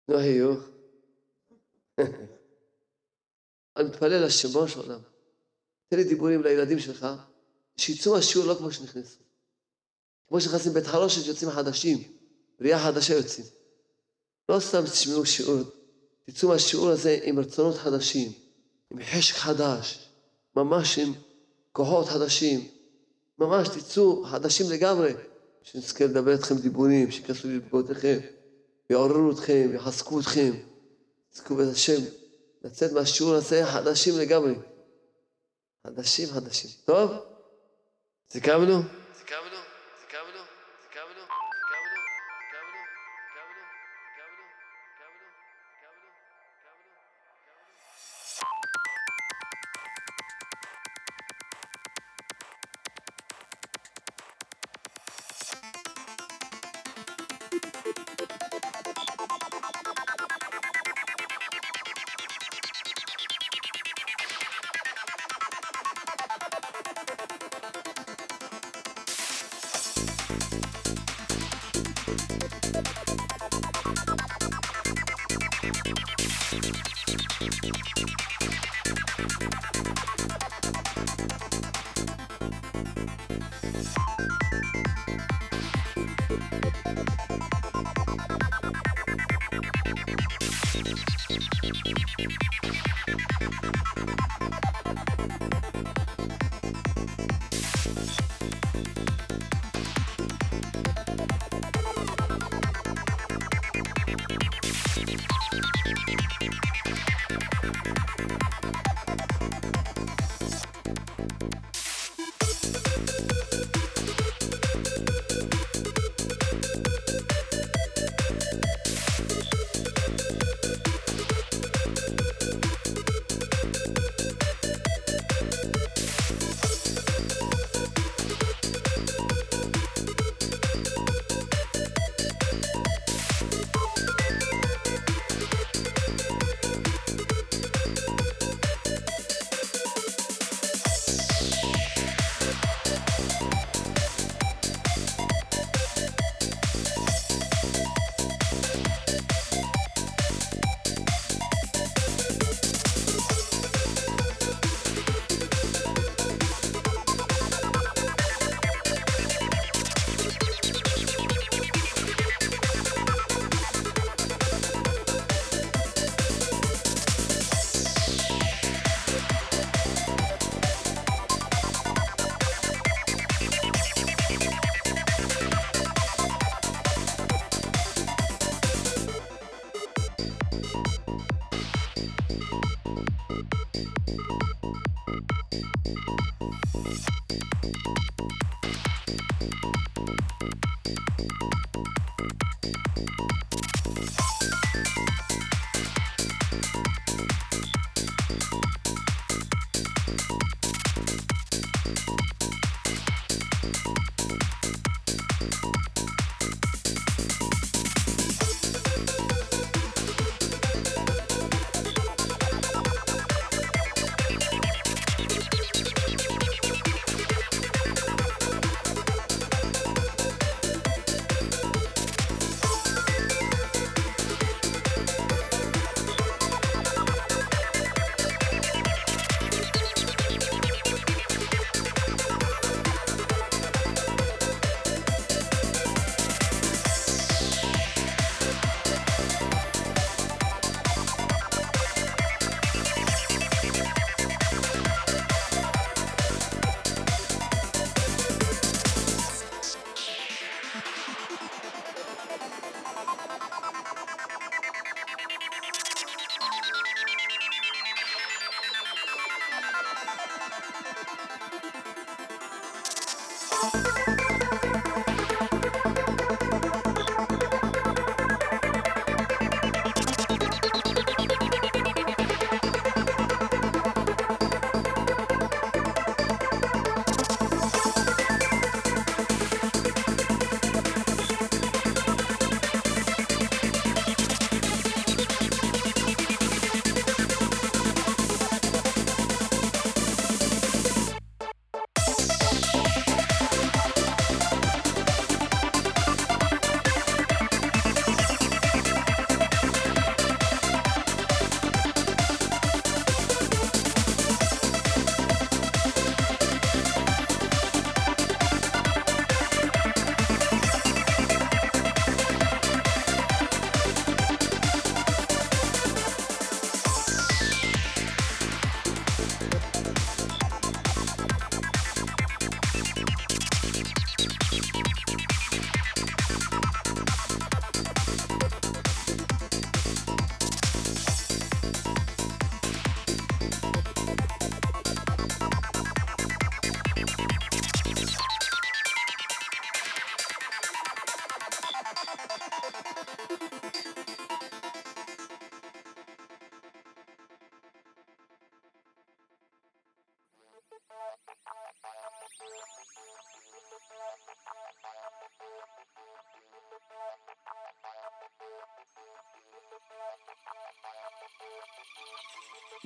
נו היו. אני מתפלל לשמו של עולם. תן לי דיבורים לילדים שלך, שיצאו מהשיעור לא כמו שנכנסו. כמו שנכנסים בית חרושת יוצאים חדשים, בריאה חדשה יוצאים. לא סתם תשמעו שיעור, תצאו מהשיעור הזה עם רצונות חדשים, עם חשק חדש, ממש עם כוחות חדשים, ממש תצאו חדשים לגמרי, שנזכה לדבר אתכם דיבורים, שיכנסו לבגותיכם, יעוררו אתכם, יחזקו אתכם, תזכו בית השם, לצאת מהשיעור הזה חדשים לגמרי. חדשים. טוב? סיכמנו?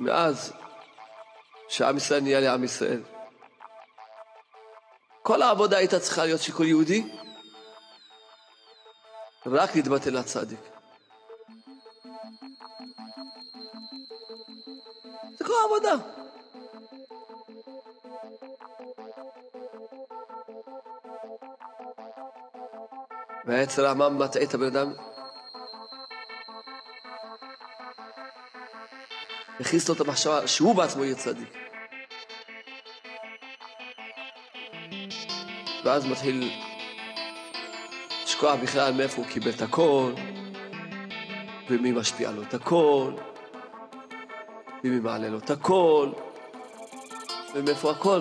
מאז שעם ישראל נהיה לעם ישראל, כל העבודה הייתה צריכה להיות שכל יהודי רק להתבטא לצדיק. זה כל העבודה. והיצר הרע מטעה את הבן אדם, הכניס לו את המחשבה שהוא בעצמו יהיה צדיק, ואז מתחיל לשכוח בכלל מאיפה הוא קיבל את הכל, ומי משפיע לו את הכל, ומי מעלה לו את הכל, ומאיפה הכל,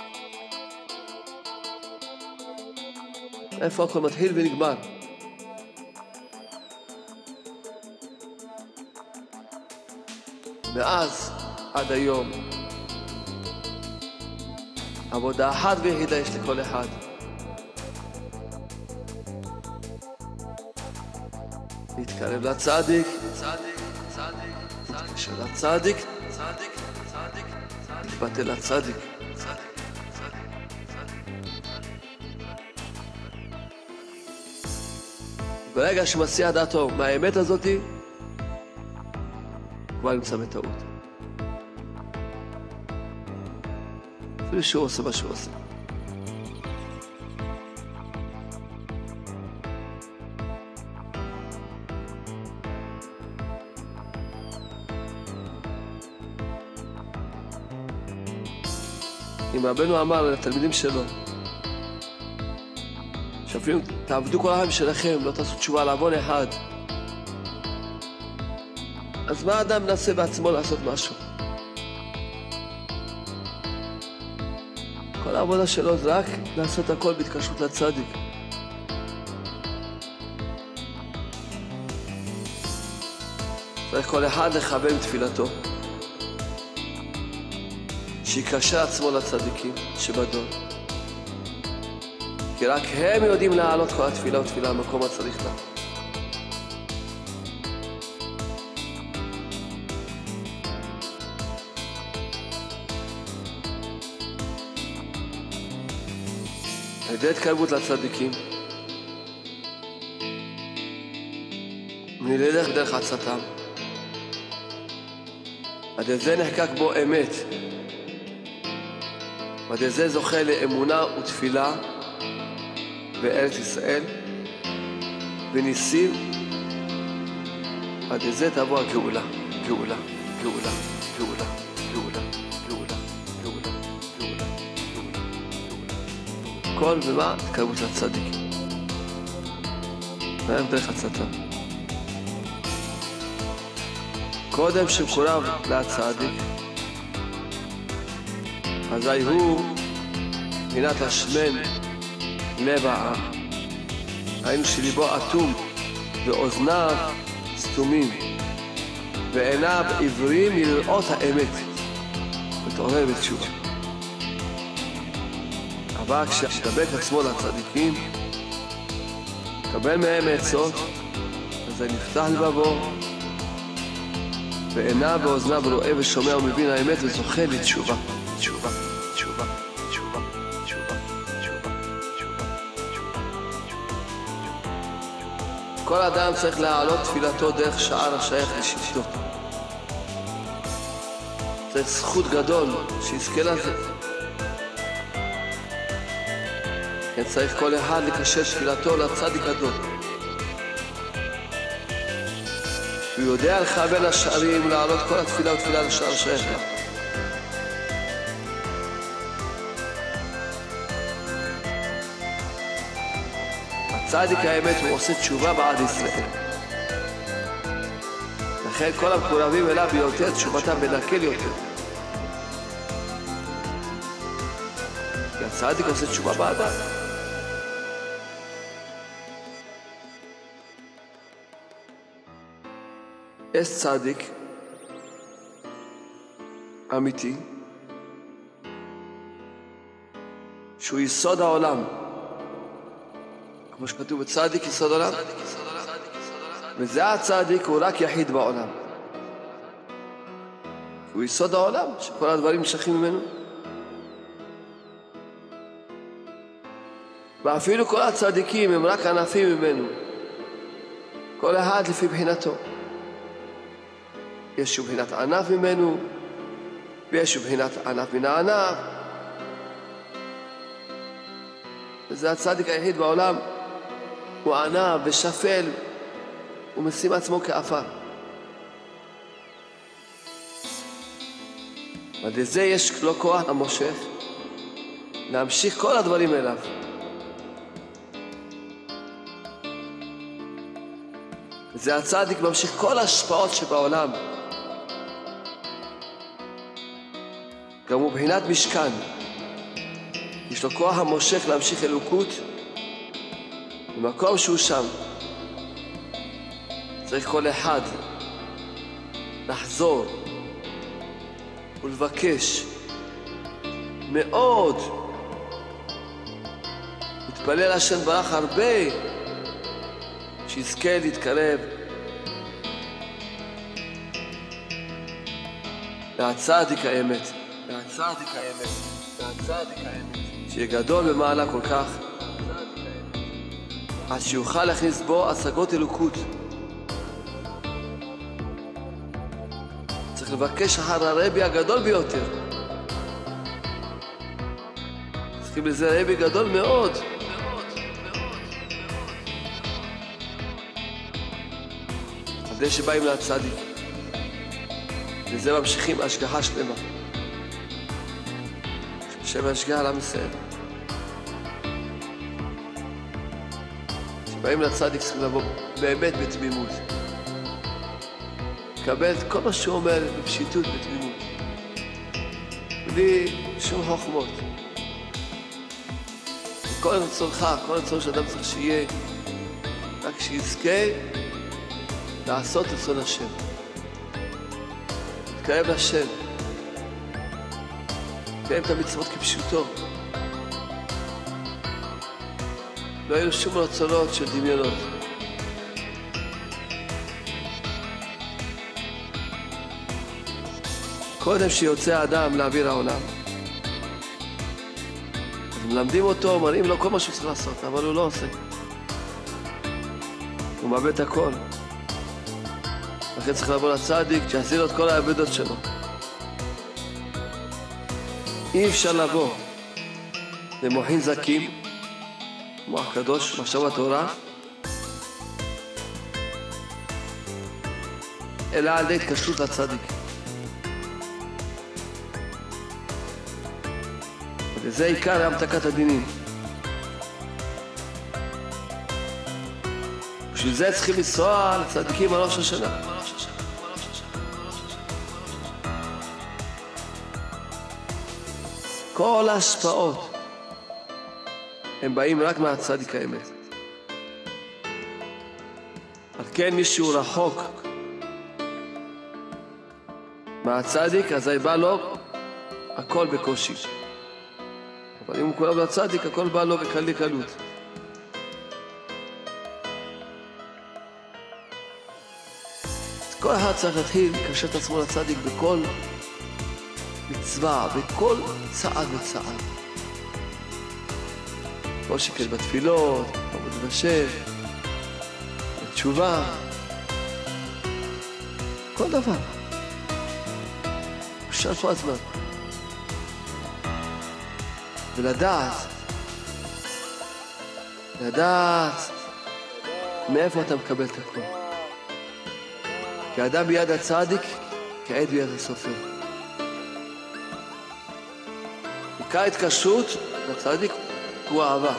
איפה הכל מתחיל ונגמר. מאז עד היום עבודה אחת ויחידה יש לכל אחד, להתקרב לצדיק, להתקשר לצדיק, להתבטא לצדיק. ברגע שמסיע דעתו מהאמת הזאת, כבר נמצא בטעות. אפילו שהוא עושה מה שהוא עושה. אם רבנו אמר לתלמידים שלו, שאפילו תעבדו כל העם שלכם, לא תעשו תשובה על עוון אחד, אז מה האדם מנסה בעצמו לעשות משהו? כל העבודה שלו זה רק לעשות הכל בהתקשרות לצדיק. צריך כל אחד לכוון תפילתו, שיקשר עצמו לצדיקים שבדור, כי רק הם יודעים להעלות כל התפילה ותפילה למקום הצריך לה. על ידי התקרבות לצדיקים, נלך דרך עצתם, עד זה נחקק בו אמת, ועד זה זוכה לאמונה ותפילה בארץ ישראל וניסים, עד זה תבוא הגאולה, גאולה, גאולה, גאולה, גאולה, גאולה, גאולה, גאולה, גאולה, גאולה. כל ומה? התקרבות לצדיק. נלך דרך עצתם. קודם שמקורב לצדיק, אזי הוא מבחינת השמן לב העם, היינו שליבו אטום ואוזניו סתומים ועיניו עיוורים מלראות האמת, ותעורר בתשובה. אבל כשדבק עצמו לצדיקים, קבל מהם עצות, אז נפתח לבבו, ועיניו ואוזניו רואה ושומע ומבין האמת וזוכה לתשובה. תשובה, תשובה, תשובה, תשובה, תשובה, תשובה. כל אדם צריך להעלות תפילתו דרך שער השייך לשבטו. צריך זכות גדול שיזכה לזה. כן, צריך כל אחד לקשר תפילתו לצדיק גדול. הוא יודע לכוון השערים להעלות כל התפילה ותפילה לשער השייך לה. הצדיק האמת הוא עושה תשובה בעד ישראל. לכן כל המקורבים אליו ביותר תשובתם בנקל יותר. כי הצדיק עושה תשובה בעדה. יש צדיק אמיתי שהוא יסוד העולם, כמו שכתוב בצדיק יסוד עולם, וזה הצדיק הוא רק יחיד בעולם. הוא יסוד העולם, שכל הדברים נמשכים ממנו. ואפילו כל הצדיקים הם רק ענפים ממנו, כל אחד לפי בחינתו. יש שהוא בחינת ענף ממנו, ויש שהוא בחינת ענף מן הענף. וזה הצדיק היחיד בעולם, הוא ענף ושפל, הוא משים עצמו כאפר. ולזה יש לו כוח המושך להמשיך כל הדברים אליו. זה הצדיק ממשיך כל ההשפעות שבעולם. גם הוא בחינת משכן. יש לו כוח המושך להמשיך אלוקות במקום שהוא שם. צריך כל אחד לחזור ולבקש מאוד. מתפלל השם ברח הרבה שיזכה להתקרב להצדיק האמת, להצדיק האמת, להצדיק האמת, שיהיה גדול במעלה כל כך, עד שיוכל להכניס בו השגות אלוקות. צריך לבקש אחר הרבי הגדול ביותר. צריכים לזה רבי גדול מאוד. על זה שבאים להצדיק. וזה ממשיכים השגחה שלמה. השם ישגח על עם ישראל. כשבאים לצדיק צריכים לבוא באמת בתמימות. לקבל את כל מה שהוא אומר בפשיטות, בתמימות. בלי שום חוכמות. כל רצונך, כל רצון שאדם צריך שיהיה, רק שיזכה לעשות רצון השם. להתקרב לשם. לקיים את המצוות כפשוטו. לא יהיו שום רצונות של דמיונות. קודם שיוצא האדם לאוויר העולם, אז מלמדים אותו, מראים לו כל מה שהוא צריך לעשות, אבל הוא לא עושה. הוא מאבד את הכל. לכן צריך לבוא לצדיק, שיעשי לו את כל העבודות שלו. אי אפשר לבוא למוחין זקים, מוח קדוש, מחשב התורה, אלא על ידי התקשרות לצדיק. וזה עיקר המתקת הדינים. בשביל זה צריכים לנסוע לצדיקים על ראש השנה. כל ההשפעות הם באים רק מהצדיק האמת. על כן מי שהוא רחוק מהצדיק, אז בא לו הכל בקושי. אבל אם הוא כולם לצדיק, הכל בא לו בקלי קלות. אז כל אחד צריך להתחיל לקשר את עצמו לצדיק בכל מצווה, בכל צעד וצעד. כל שכן בתפילות, בעבודת השם, בתשובה, כל דבר. אפשר פה הזמן. ולדעת מאיפה אתה מקבל את הכל. כי האדם ביד הצדיק, כעד ביד הסופר. עיקר התקשרות לצדיק הוא אהבה.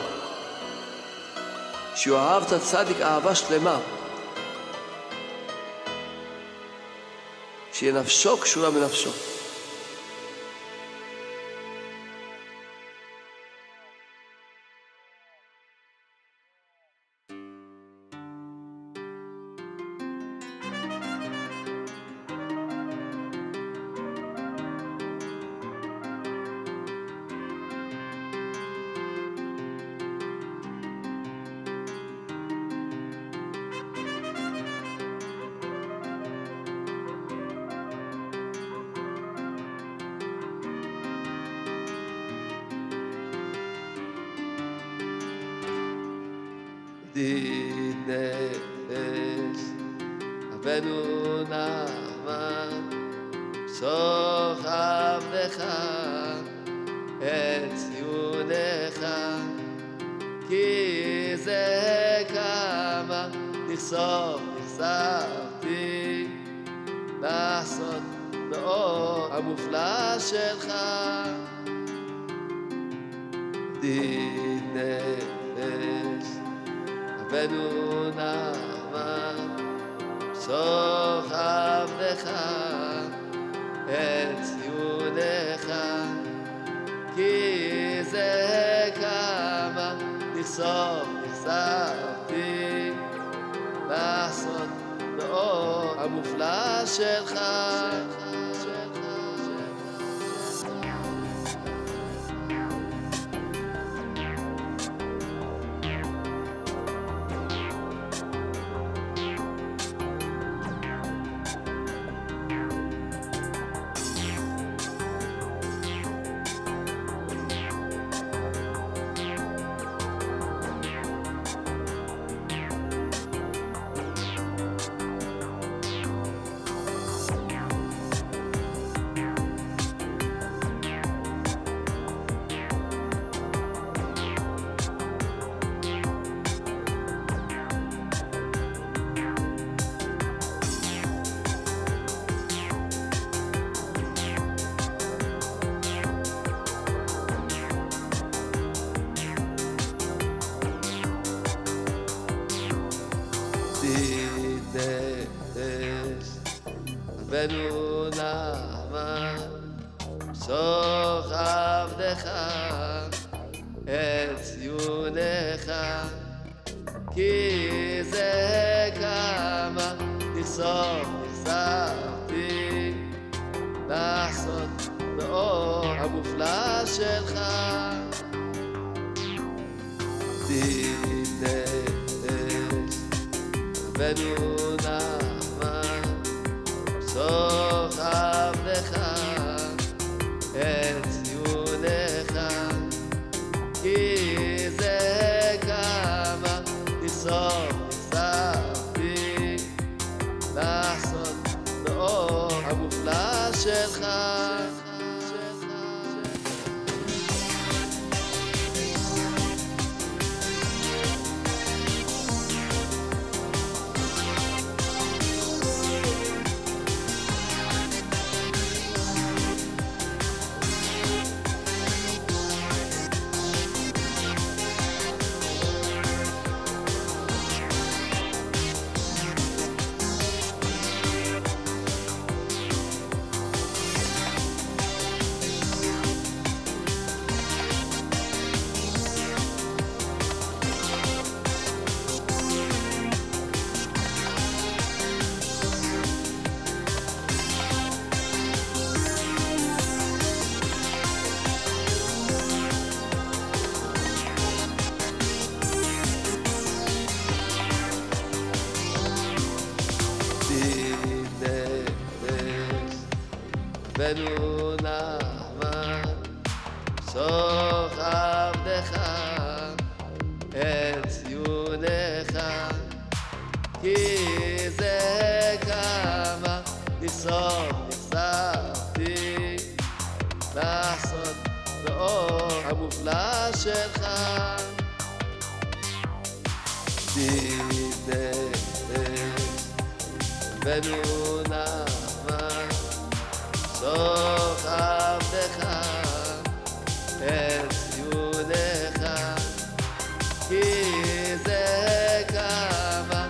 שהוא אהב את הצדיק אהבה שלמה. שיהיה נפשו קשורה בנפשו. נפש, רבנו נחמן, שוך עבדך את ציונך, כי זה כמה נחשפתי לעשות באור המופלא שלך. דין נפש, רבנו נחמן, שוך עבדך את ציונך, כי זה כמה נחשפתי לעשות באור המופלא שלך. רבנו נחמן, שוך עבדך את ציונך, כי זה כמה נחשפתי לעשות באור המופלא שלך. דין נפש, רבנו נחמן, שוך עבדך את ציונך, כי זה כמה נחשפתי לעשות באור המופלא שלך. רבנו נחמן, שוך עבדך את ציונך, כי זה כמה נחשפתי לעשות באור המופלא שלך. דין נפש, רבנו נחמן, שוך עבדך את ציונך, כי זה כמה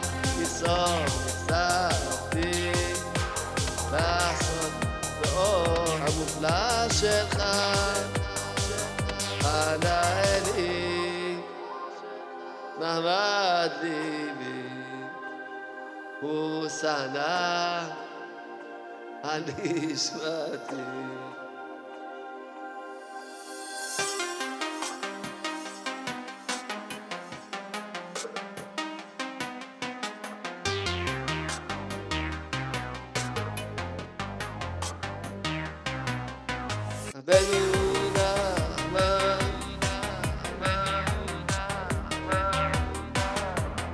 נחשפתי לעשות באור המופלא שלך. אנא אלי מעמד ליבי ושנא על נשמתי. רבנו נחמן,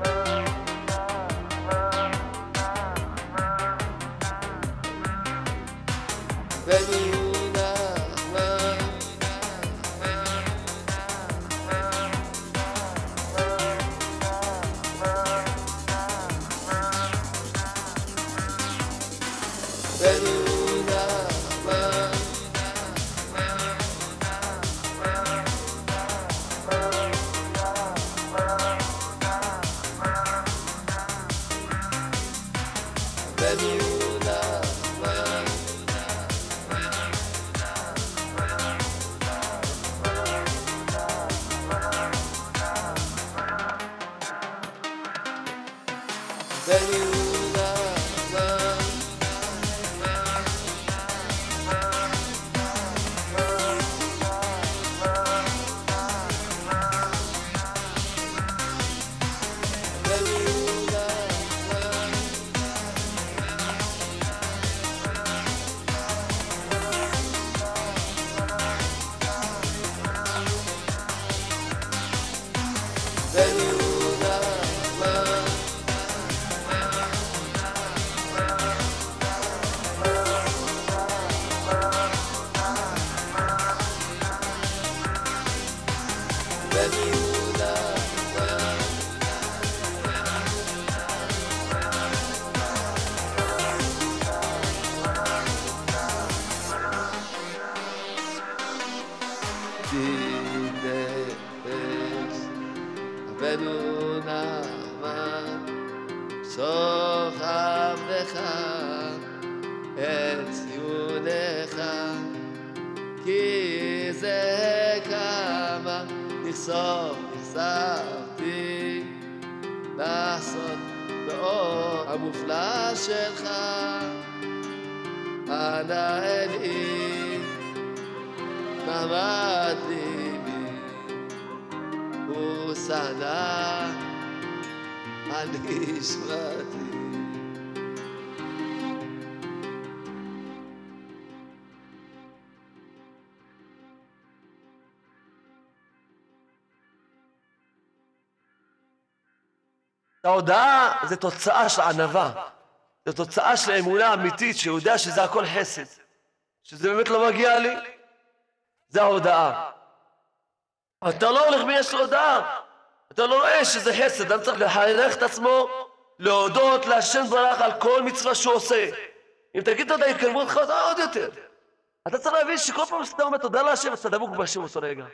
רבנו נחמן שוכב לך את ציונך כי זה כמה נחשפתי לעשות באור המופלא שלך אנא אלי מעמד ליבי ושנא על נשמתי. ההודעה זה תוצאה של ענווה, זה תוצאה של אמונה אמיתית שיודע שזה הכל חסד, שזה באמת לא מגיע לי, זה ההודעה. אתה לא הולך ויש לו הודעה, אתה לא רואה שזה חסד, אתה צריך לחנך את עצמו, להודות להשם ברך על כל מצווה שהוא עושה. אם תגיד תודה יקרבו אותך עוד יותר. אתה צריך להבין שכל פעם שאתה אומר תודה להשם, אתה דבוק בהשם אותו רגע.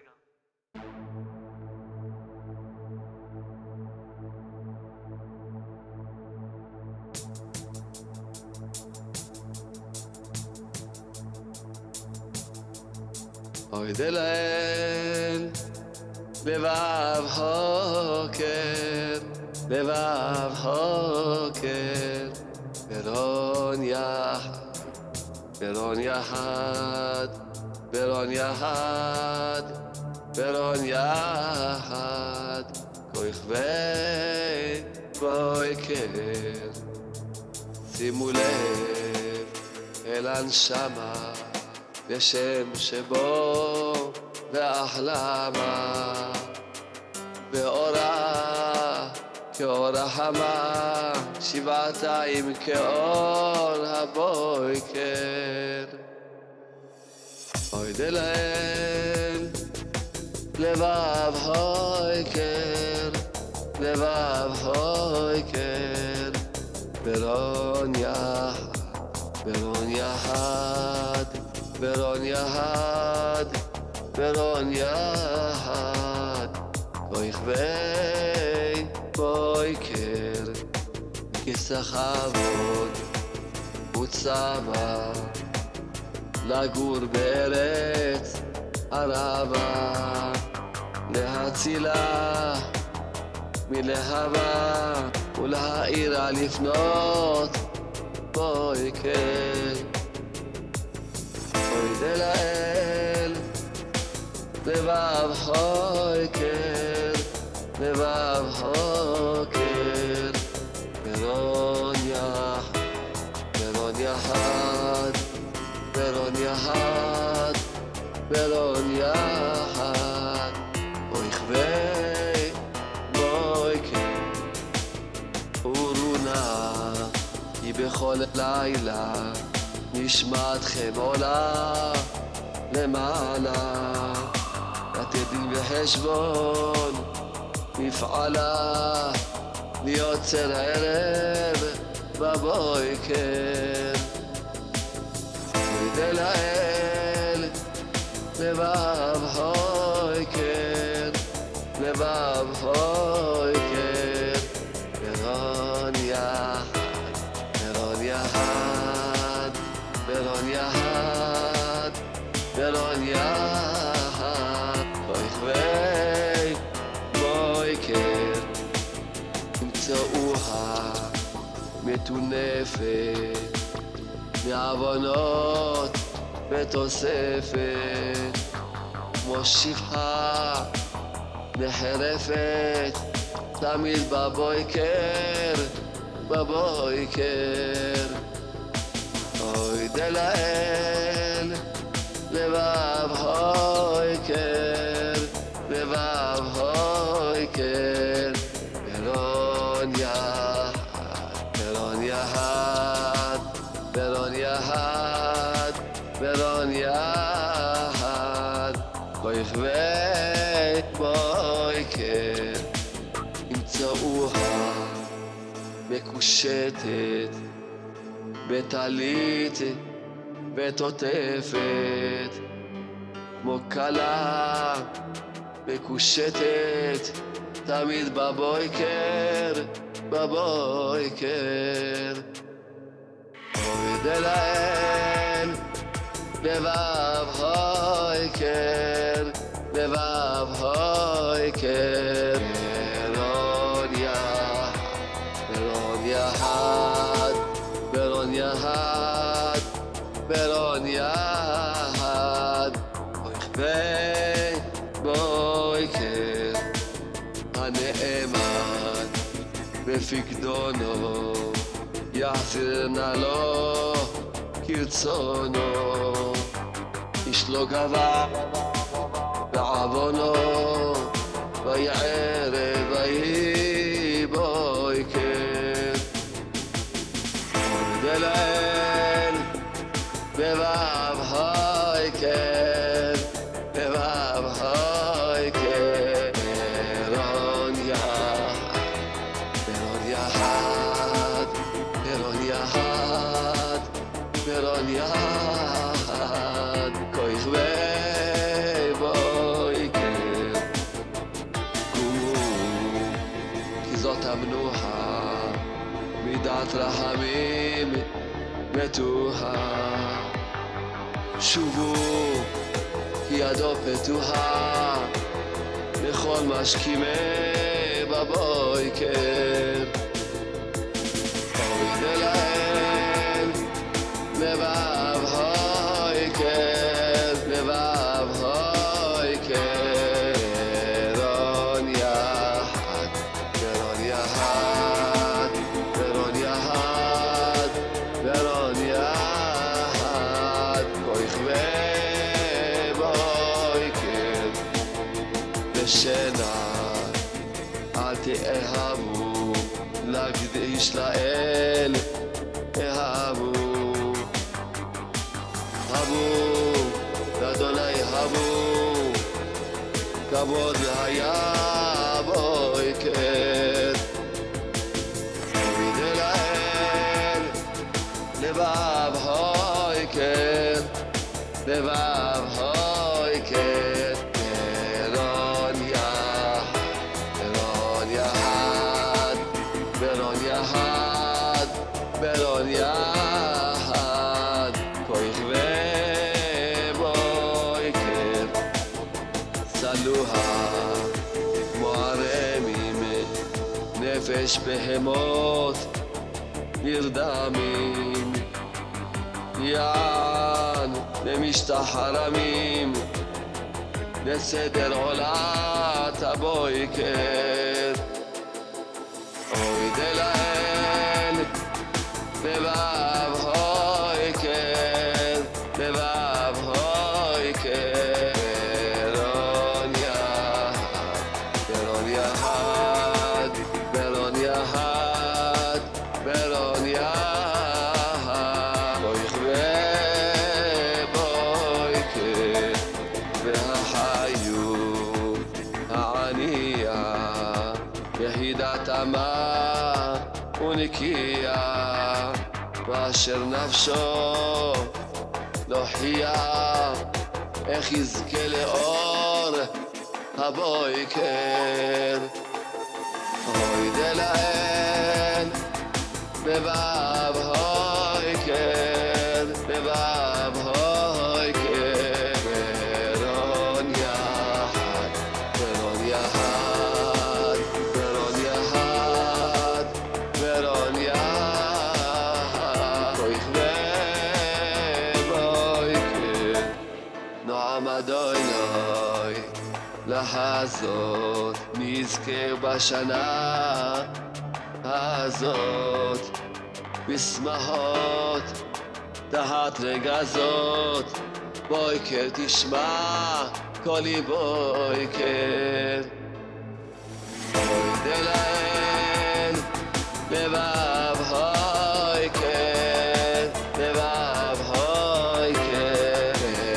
אוי דלאל לבב הוקר, לבב הוקר, ברון יחד, ברון יחד, ברון יחד, ברון יחד, כוח ובויקר, שימו לב אל הנשמה, בשם שבו והחלמה באורה כאור החמה שבעתיים כאור הבויקר. אוי דלאל לבב הויקר, לבב הויקר, ברון יחד, ברון יחד, ברון יחד, ברון יחד, כוח ובויקר, כסחבות וצבא, לגור בארץ ערבה, להצילה מלהבה ולהאירה לפנות בויקר. אוי דלאל לבב הויקר, לבב הויקר, ברון יחד, ברון יחד, ברון יחד, ברון יחד, כוח ובויקר, ורונה היא בכל לילה נשמתכם עולה למעלה, לתת דין וחשבון מפעלה, ליוצר הערב בבויקר. אוי דלאל לבב הויקר, לבב הויקר, ברון יחד, ברון יחד, יחד, ברון יחד, ויחווי בויקר, ימצאוה מטונפת, מעוונות ותוספת, כמו שפחה נחרפת, תמיד בבויקר, בבויקר. אוי דלאל, לבב הויקר, לבב הויקר, ברון יחד, ברון יחד, ברון יחד, ברון יחד, ויחווי בויקר, ימצאוה מקושטת, בטלית ותוטפת, כמו כלה מקושטת, תמיד בבויקר, בבויקר. אוי דלאל, לבב הויקר, לבב הויקר, ברון יחד, ברון יחד, ברון יחד, ברון יחד, ויחווי בויקר, הנאמן בפקדונו, יחזיר נא לו כרצונו, איש לא גבה בעוונו, ויערב ויהי בויקר. אוי דלאל, לבב הויקר, לבב הויקר, ברון יחד, ברון יחד, ברון יחד, ברון יחד, ויחווי בויקר. קומו, כי זאת המנוחה, מידת רחמים מתוחה. שובו, כי ידו פתוחה, לכל משכימי בבויקר. אוי דלאל, לבב הויקר, לבב הויקר, ברון יחד, ברון יחד, ברון יחד, ברון יחד, ויחווי בויקר. בשינה אל תאהבו, להקדיש לאל אהבו, הבו, לאדוני הבו, כבוד היה בויקר. אוי דלאל, לבב הויקר, לבב הויקר, ברון יחד, ברון יחד, ברון יחד, ברון יחד, ויחווי בויקר. צלוה כמו ערמים, נפש בהמות נרדמים, יען למשטח הרמים, לסדר עולת הבויקר. אוי דלאל, לבב הויקר, לבב הויקר, ברון יחד, ברון יחד, ברון יחד, ברון יחד, ויחווי בויקר. והחיות הענייה, יחידת אמה ונקייה, ואשר נפשו לא חיה, איך יזכה לאור הבויקר. אוי דלאל, לבב הויקר, לבב הזאת נזכר בשנה הזאת בשמחות תחת רגע זאת בויקר תשמע קולי בויקר דלן לבב הויקר לבב הויקר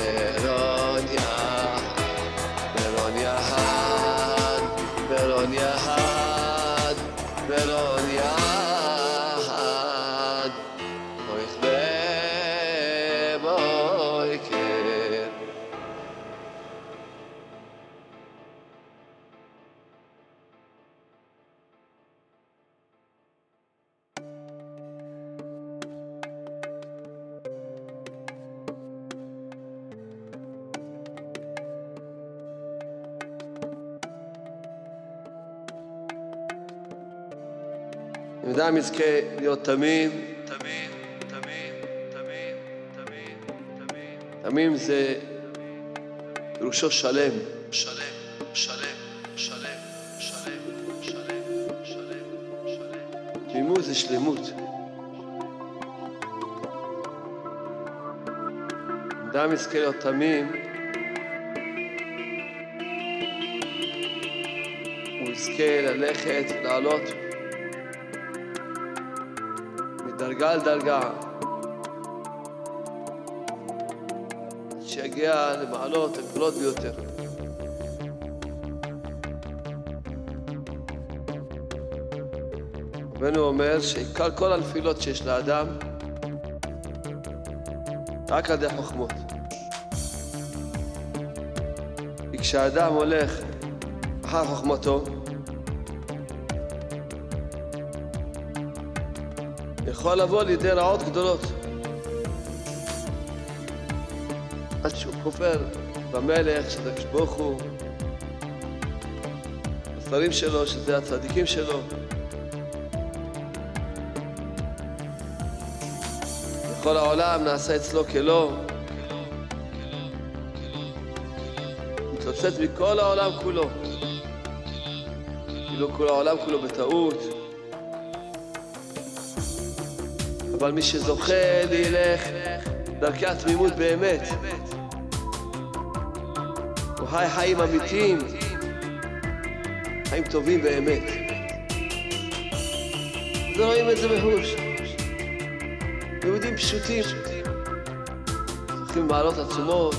ברון יחד ברון יחד ברון יחד בויך בויקר אם אדם יזכה להיות תמים, תמים זה פירושו שלם. תמימות זה שלמות. אם אדם יזכה להיות תמים, הוא יזכה ללכת, לעלות מדרגה לדרגה, שיגיע למעלות הגדולות ביותר. רבנו אומר שעיקר כל הנפילות שיש לאדם רק על ידי חוכמות. כי כשאדם הולך אחר חוכמתו יכול לבוא לידי רעות גדולות. עד שהוא כופר במלך, שזה הקדוש ברוך הוא, השרים שלו, שזה הצדיקים שלו. בכל העולם נעשה אצלו כלא. מתלוצץ מכל העולם כולו. כאילו כל העולם כולו בטעות. אבל מי שזוכה לילך דרכי התמימות באמת, הוא חי חיים אמיתיים, חיים טובים באמת. לא רואים את זה בחוש. יהודים פשוטים, זוכים מעלות עצומות,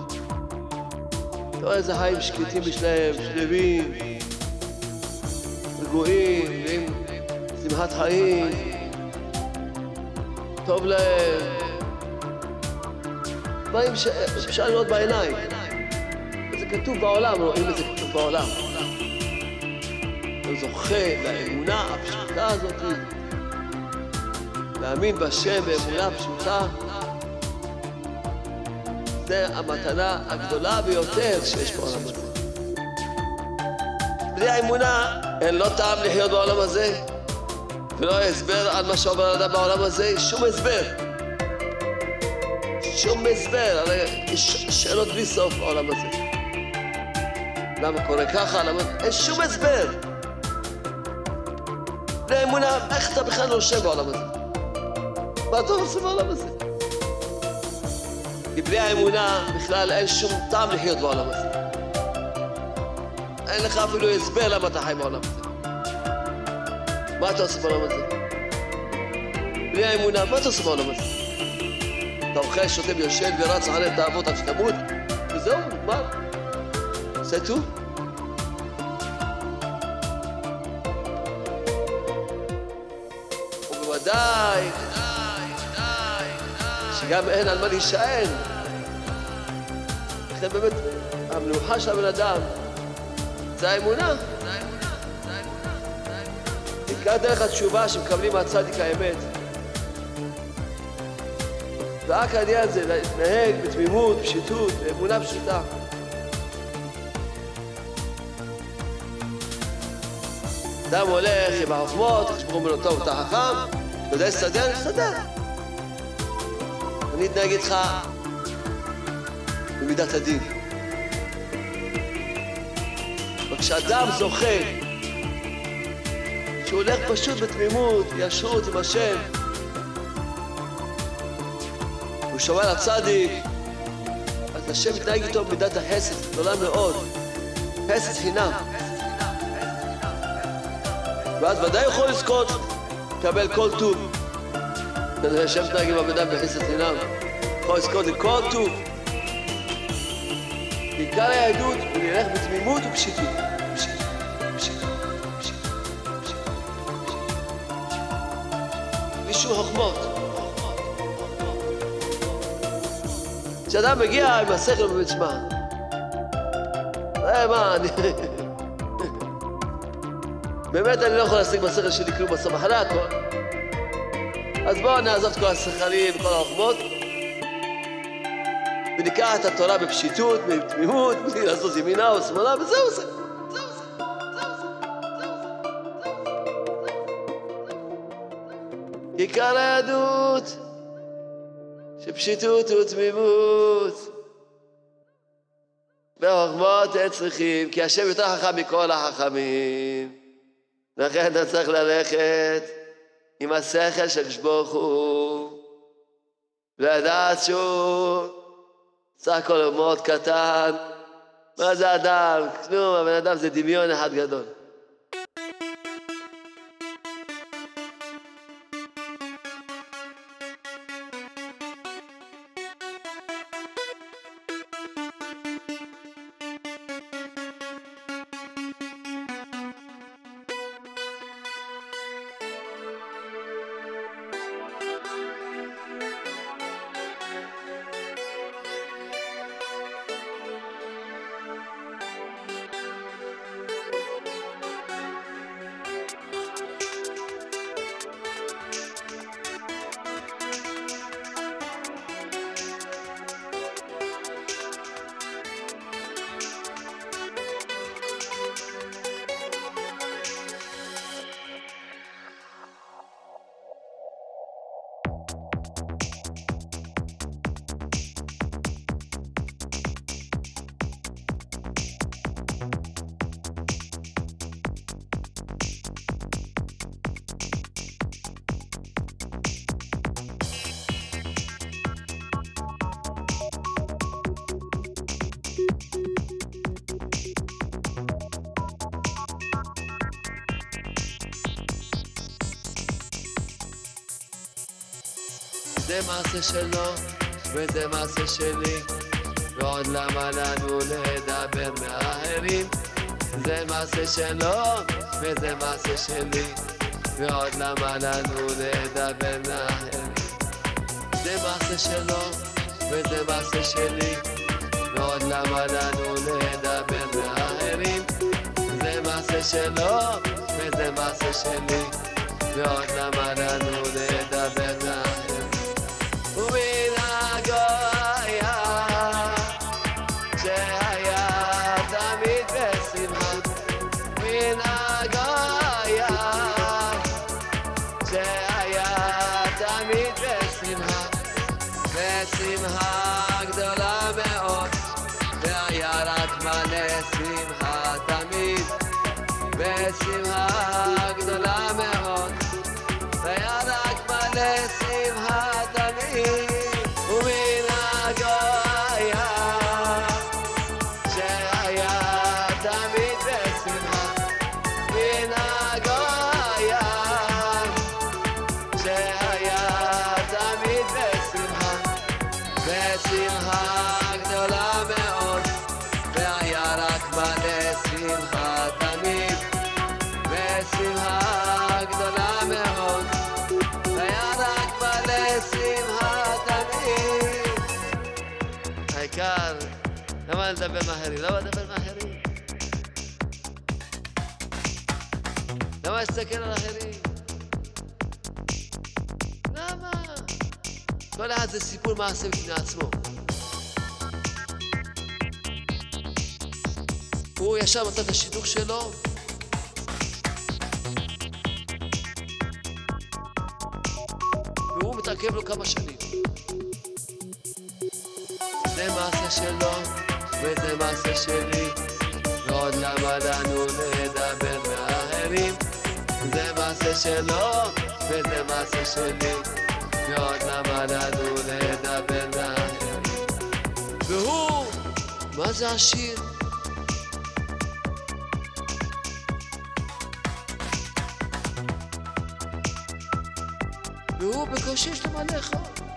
לא איזה חיים שקטים בשלהם, שלווים, רגועים, עם שמחת חיים, טוב להם, דברים שאפשר לראות בעיניים. זה כתוב בעולם, רואים את זה כתוב בעולם. הוא זוכה לאמונה הפשוטה הזאת, להאמין בשם באמונה פשוטה. זה המתנה הגדולה ביותר שיש בעולם הזה. בלי האמונה אין לא טעם לחיות בעולם הזה, ולא הסבר על מה שעובר על אדם בעולם הזה, שום הסבר. שום הסבר, הרי יש שאלות בלי סוף בעולם הזה. למה קורה ככה? למה? אין שום הסבר. בלי האמונה, איך אתה בכלל נושם בעולם הזה? מה אתה עושה בעולם הזה? כי בלי האמונה בכלל אין שום טעם לחיות בעולם הזה. אין לך אפילו הסבר למה אתה חי בעולם הזה. מה אתה עושה בעולם הזה? בלי האמונה, מה אתה עושה בעולם הזה? אתה אוכל, שותה ויושן ורץ אחרי תאוות עד שתמות, וזהו, מה? זה טוב? ובוודאי שגם אין על מה להישען. לכן באמת, המנוחה של הבן אדם זה האמונה. בעיקר דרך התשובה שמקבלים מהצדיק האמת. ורק העניין זה להתנהג בתמימות, פשיטות, באמונה פשוטה. אדם הולך עם החוכמות, תשמעו ממנו טוב, אתה חכם, אתה יודע לסדר? תסדר. אני אתנהג איתך במידת הדין. כשאדם זוכה, שהוא הולך פשוט בתמימות, ישרות עם השם, הוא שומע לצדיק, אז השם מתנהג איתו במידת החסד, גדולה מאוד, חסד חינם. ואז ודאי יכול לזכות, לקבל כל טוב. השם מתנהג עם הבן אדם בחסד חינם, יכול לזכות לכל טוב. עיקר היהדות הוא נלך בתמימות ופשיטות. בלי שום חוכמות. כשאדם מגיע עם השכל ובצמא, מה, באמת אני לא יכול להשיג בשכל שלי כלום בסוף אחרי הכל. אז בואו נעזוב את כל השכלים וכל החוכמות, וניקח את התורה בפשיטות, בתמימות, בלי לעשות ימינה או שמאלה, וזהו זה. עיקר היהדות, שפשיטות ותמימות. והחוכמות צריכים, כי השם יותר חכם מכל החכמים. לכן אתה צריך ללכת עם השכל של ברוך הוא, ולדעת שהוא סך הכל הוא מאוד קטן. מה זה אדם? כלום, הבן אדם זה דמיון אחד גדול. זה מעשה שלו וזה מעשה שלי, ועוד למה לנו לדבר מהאחרים? זה מעשה שלו וזה מעשה שלי, ועוד למה לנו לדבר מהאחרים? זה מעשה שלו וזה מעשה שלי, ועוד למה לנו לדבר מהאחרים? זה מעשה שלו וזה מעשה שלי, ועוד למה לנו לדבר מהאחרים? ומנהגו היה שהיה תמיד בשמחה, מנהגו היה שהיה תמיד בשמחה, בשמחה גדולה מאוד, והיה רק מלא שמחה תמיד, בשמחה גדולה מאוד, והיה רק מלא שמחה תמיד. ומנהגו היה שהיה תמיד בשמחה, מנהגו היה שהיה תמיד בשמחה, בשמחה גדולה מאוד, והיה רק מלא שמחה תמיד, בשמחה גדולה מאוד, והיה רק מלא שמחה תמיד. העיקר, למה לדבר מאחרים? למה לדבר מאחרים? למה להסתכל על אחרים? למה? כל אחד זה סיפור מעשה בפני עצמו. הוא ישר מצא את השידוך שלו, והוא מתעכב לו כמה שנים. זה מעשה שלו וזה מעשה שלי, ועוד למה לנו לדבר מאחרים? זה מעשה שלו וזה מעשה שלי, ועוד למה לנו לדבר מאחרים? והוא, מה זה השיר? והוא בקושי יש לו מה לאכול.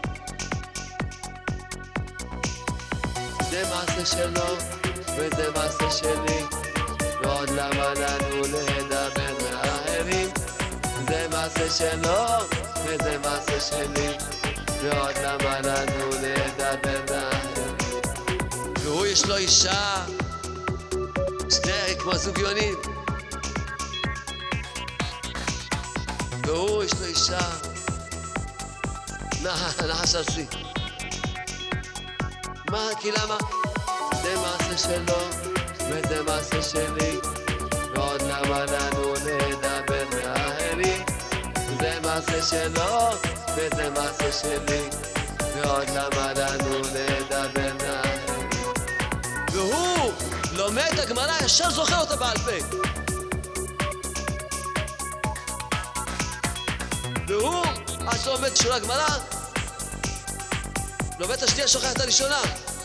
זה מעשה שלו וזה מעשה שלי, ועוד למה לנו לדבר מאחרים? זה מעשה שלו וזה מעשה שלי, ועוד למה לנו לדבר מאחרים? והוא יש לו אישה, שני כמו זוג יונים, והוא יש לו אישה נחש ארסי. מה? כי למה? זה מעשה שלו וזה מעשה שלי, ועוד למה לנו לדבר מאחרים? זה מעשה שלו וזה מעשה שלי, ועוד למה לנו לדבר מאחרים? והוא לומד את הגמרא, ישר זוכר אותה בעל פה. והוא, עד שלומד שורה גמרא, לומד את השנייה, שוכח את הראשונה.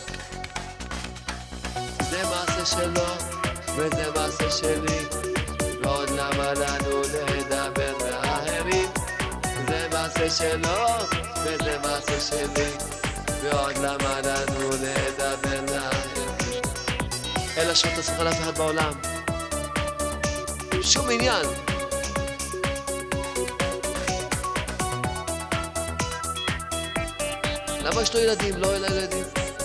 זה מעשה שלו וזה מעשה שלי, ועוד למה לנו לדבר מאחרים? זה מעשה שלו וזה מעשה שלי, ועוד למה לנו לדבר מאחרים? אלא שלא תסמוך על אף אחד בעולם, שום עניין. למה יש לו ילדים? לא אלה ילדים.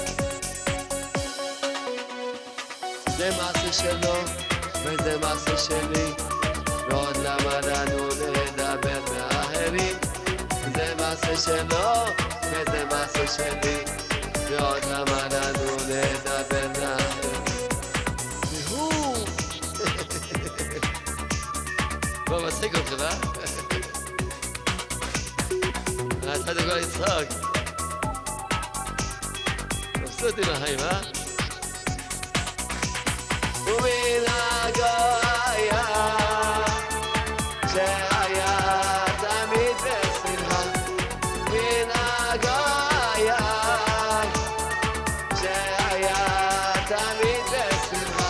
זה מעשה שלו וזה מעשה שלי, ועוד למה לנו לדבר מאחרים? זה מעשה שלו וזה מעשה שלי, ועוד למה לנו לדבר מאחרים? והוא בוא מצחיק אותך, אה? אתה דגול יצחק תפסו אותי מהחיים, אה? ומנהגו היה שהיה תמיד בשמחה, מנהגו היה שהיה תמיד בשמחה,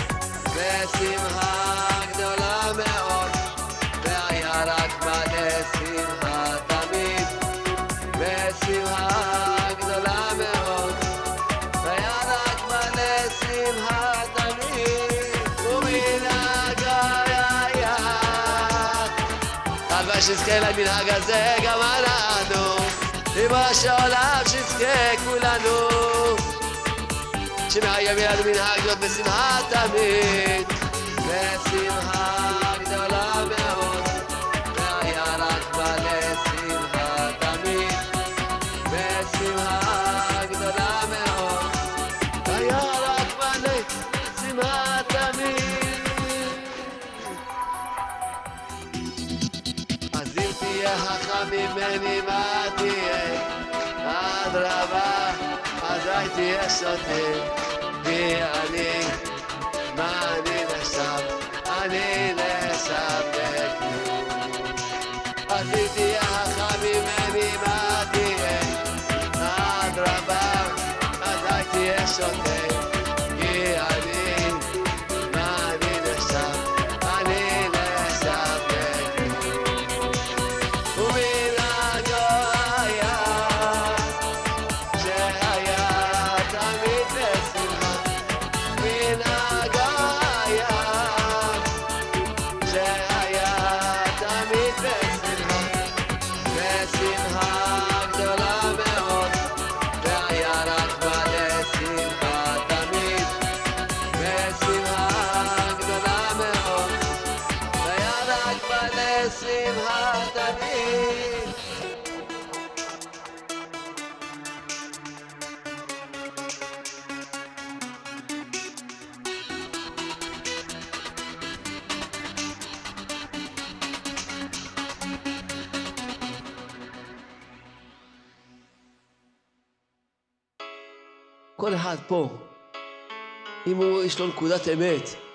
בשמחה גדולה מאוד, והיה רק מלא שמחה תמיד, בשמחה גדולה מאוד, והיה רק מלא שמחה תמיד, ומנהגו היה. הלוואי שנזכה למנהג הזה גם אנחנו, ריבונו של עולם שנזכה כולנו, שמהיום יהיה לנו מנהג להיות בשמחה תמיד, בשמחה גדולה מאוד, והיה רק מלא שמחה תמיד, בשמחה גדולה מאוד, והיה רק מלא שמחה תמיד. אז אם תהיה חכם ממני מה תהיה? אדרבה, אזי תהיה שוטה, כי אני, מה אני נחשב? אני נחשב לכלום. אז אם תהיה חכם ממני מה תהיה? אדרבה, אזי תהיה שוטה, כי אני, מה אני נחשב? אני נחשב לכלום. ומנהגו היה שהיה תמיד בשמחה, מנהגו היה שהיה תמיד בשמחה, בשמחה גדולה מאוד, והיה רק מלא שמחה תמיד, בשמחה גדולה מאוד, והיה רק מלא שמחה תמיד. כל אחד פה, אם הוא יש לו נקודת אמת,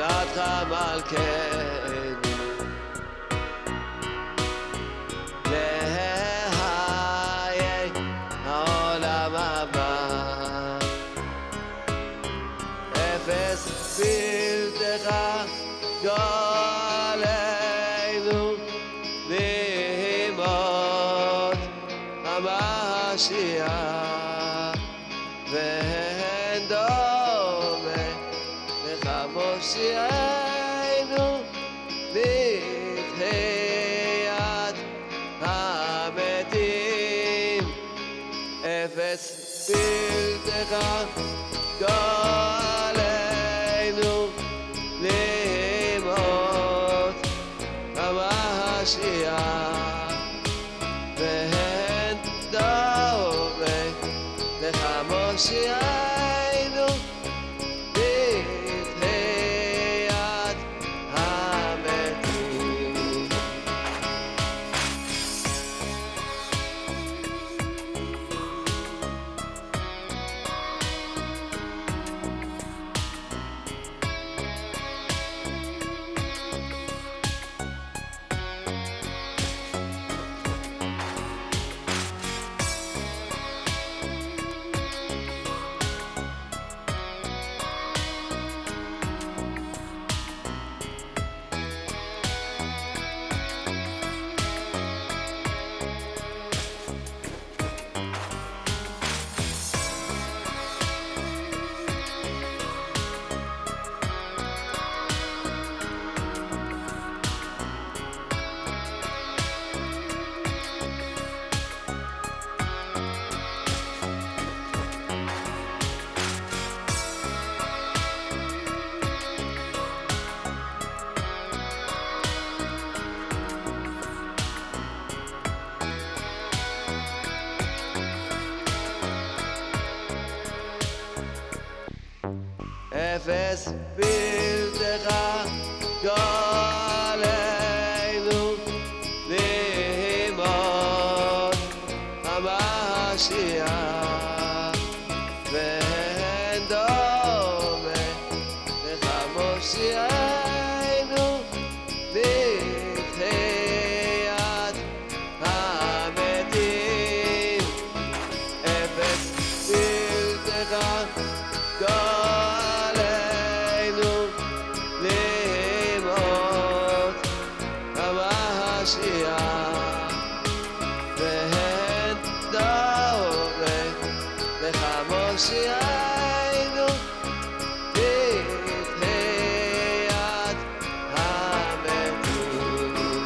תפילתך מלכנו לחיי העולם הבא. אפס בלתך גואלנו לימות המשיח, ואין דומה לך מושיענו לתחיית המתים. אפס בלתך גואלנו לימות המשיח, ואין דומה לך מושיענו לתחיית המתים. אפס בלתך גואלנו לימות המשיח, ואין דומה לך מושיענו לתחיית המתים. אפס בלתך גואלנו לימות המשיח, ואין דומה לך מושיענו לתחיית המתים.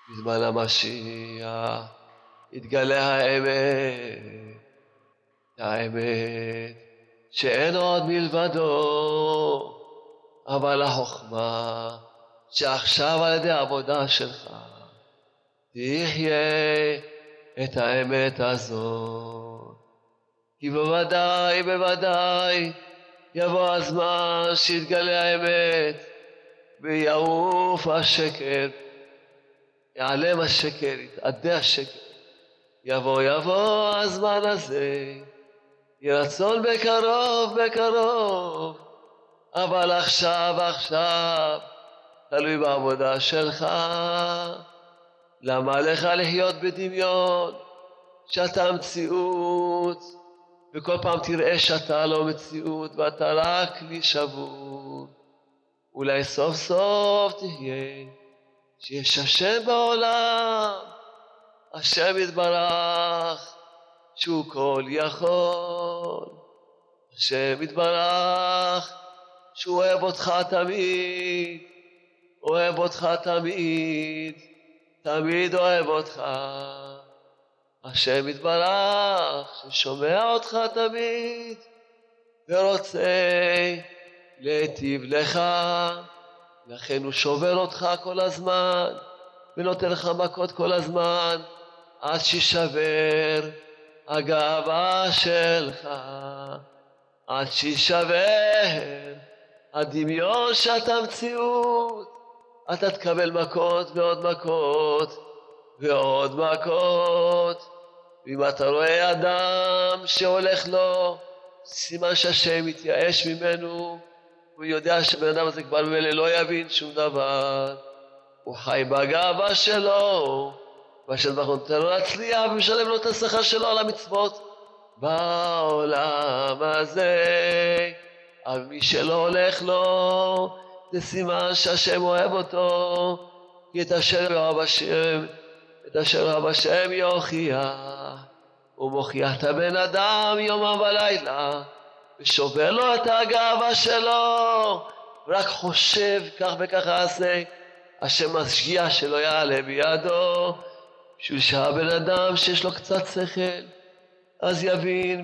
בזמן המשיח יתגלה האמת שאין עוד מלבדו, אבל החוכמה שעכשיו על ידי העבודה שלך תחיה את האמת הזאת. כי בוודאי יבוא הזמן שיתגלה האמת ויעוף השקר, יעלם השקר, יתאדה השקר. יבוא הזמן הזה, יהיה רצון בקרוב, אבל עכשיו תלוי בעבודה שלך. למה לך לחיות בדמיון שאתה מציאות, וכל פעם תראה שאתה לא מציאות ואתה רק כלי שבור? אולי סוף סוף תהיה שיש השם בעולם, השם יתברך שהוא כל יכול, השם יתברך שהוא אוהב אותך תמיד אוהב אותך. השם יתברך ששומע אותך תמיד ורוצה להיטיב לך, לכן הוא שובר אותך כל הזמן ונותן לך מכות כל הזמן עד שישבר הגאווה שלך, עד שישבר הדמיון שאתה מציאות. אתה תקבל מכות ועוד מכות. ואם אתה רואה אדם שהולך לו, סימן שהשם מתייאש ממנו, הוא יודע שבן אדם הזה כבר ממילא לא יבין שום דבר, הוא חי בגאווה שלו, והשם נותן לו להצליח ומשלם לו את השכר שלו על המצוות בעולם הזה. אבל מי שלא הולך לו, זה סימן שהשם אוהב אותו, כי את אשר אוהב השם יוכיח. הוא מוכיח את הבן אדם יומם ולילה, ושובר לו את הגאווה שלו, רק חושב כך וכך עשה, השם משגיח שלא יעלה בידו, בשביל שהבן אדם שיש לו קצת שכל, אז יבין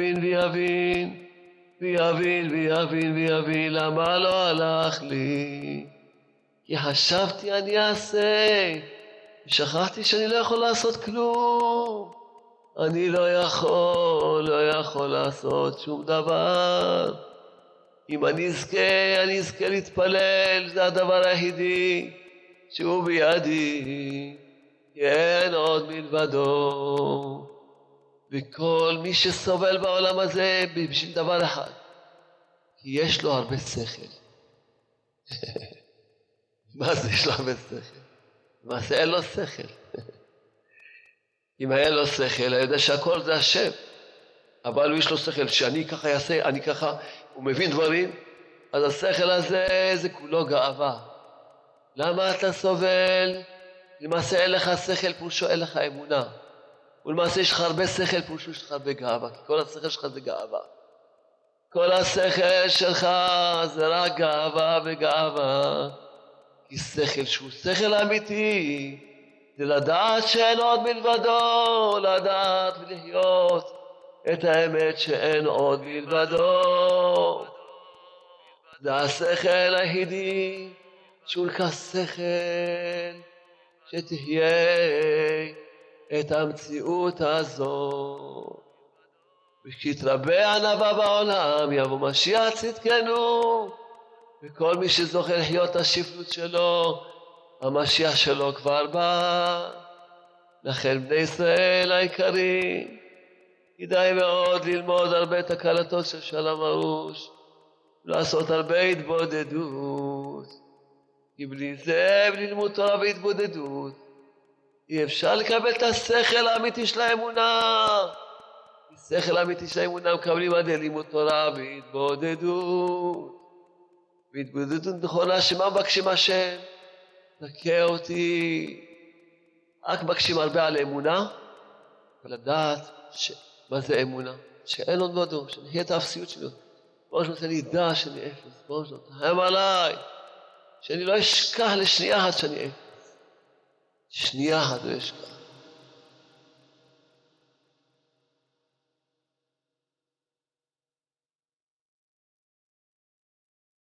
למה לא הלך לי. כי חשבתי אני אעשה, ושכחתי שאני לא יכול לעשות כלום. אני לא יכול לעשות שום דבר. אם אני אזכה להתפלל, זה הדבר היחידי שהוא בידי, אין עוד מלבדו. וכל מי שסובל בעולם הזה בשביל דבר אחד, כי יש לו הרבה שכל. מה זה יש לו הרבה שכל? מה זה אין לו שכל? אם אין לו שכל, הוא יודע שהכל זה השם, אבל הוא יש לו שכל שאני ככה יעשה, אני ככה, הוא מבין דברים, אז השכל הזה זה כולו גאווה. למה אתה סובל? למעשה אין לך שכל, פרושו אין לך אמונה. ולמעשה יש לך הרבה שכל, פרושו יש לך הרבה גאווה, כי כל השכל שלך זה גאווה. כל השכל שלך זה רק גאווה וגאווה. כי שכל שהוא שכל אמיתי, זה לדעת שאין עוד מלבדו, לדעת ולחיות את האמת שאין עוד מלבדו. זה השכל היחידי שהוא נקרא שכל, שתהיה את המציאות הזאת. וכשתרבה ענווה בעולם יבוא משיח צדקנו, וכל מי שזוכה לחיות את השפלות שלו, המשיח שלו כבר בא. לכן בני ישראל היקרים, כדאי מאוד ללמוד הרבה את הקלטות של שלום הרוש, לעשות הרבה התבודדות. כי בלי זה, בלי לימוד תורה והתבודדות, אי אפשר לקבל את השכל האמיתי של האמונה. השכל האמיתי של האמונה מקבלים עד לימוד תורה והתבודדות. והתבודדות נכונה, שמה מבקשים השם? תקה אותי. רק מבקשים הרבה על האמונה, ולדעת מה זה אמונה, שאין עוד בדום, שנחיה את האפסיות שלו. בראש נותן לי דע שאני אפס, בראש נותן, הם עליי, שאני לא אשכח לשנייה אחת שאני אפס. שנייה אחת לא אשכח.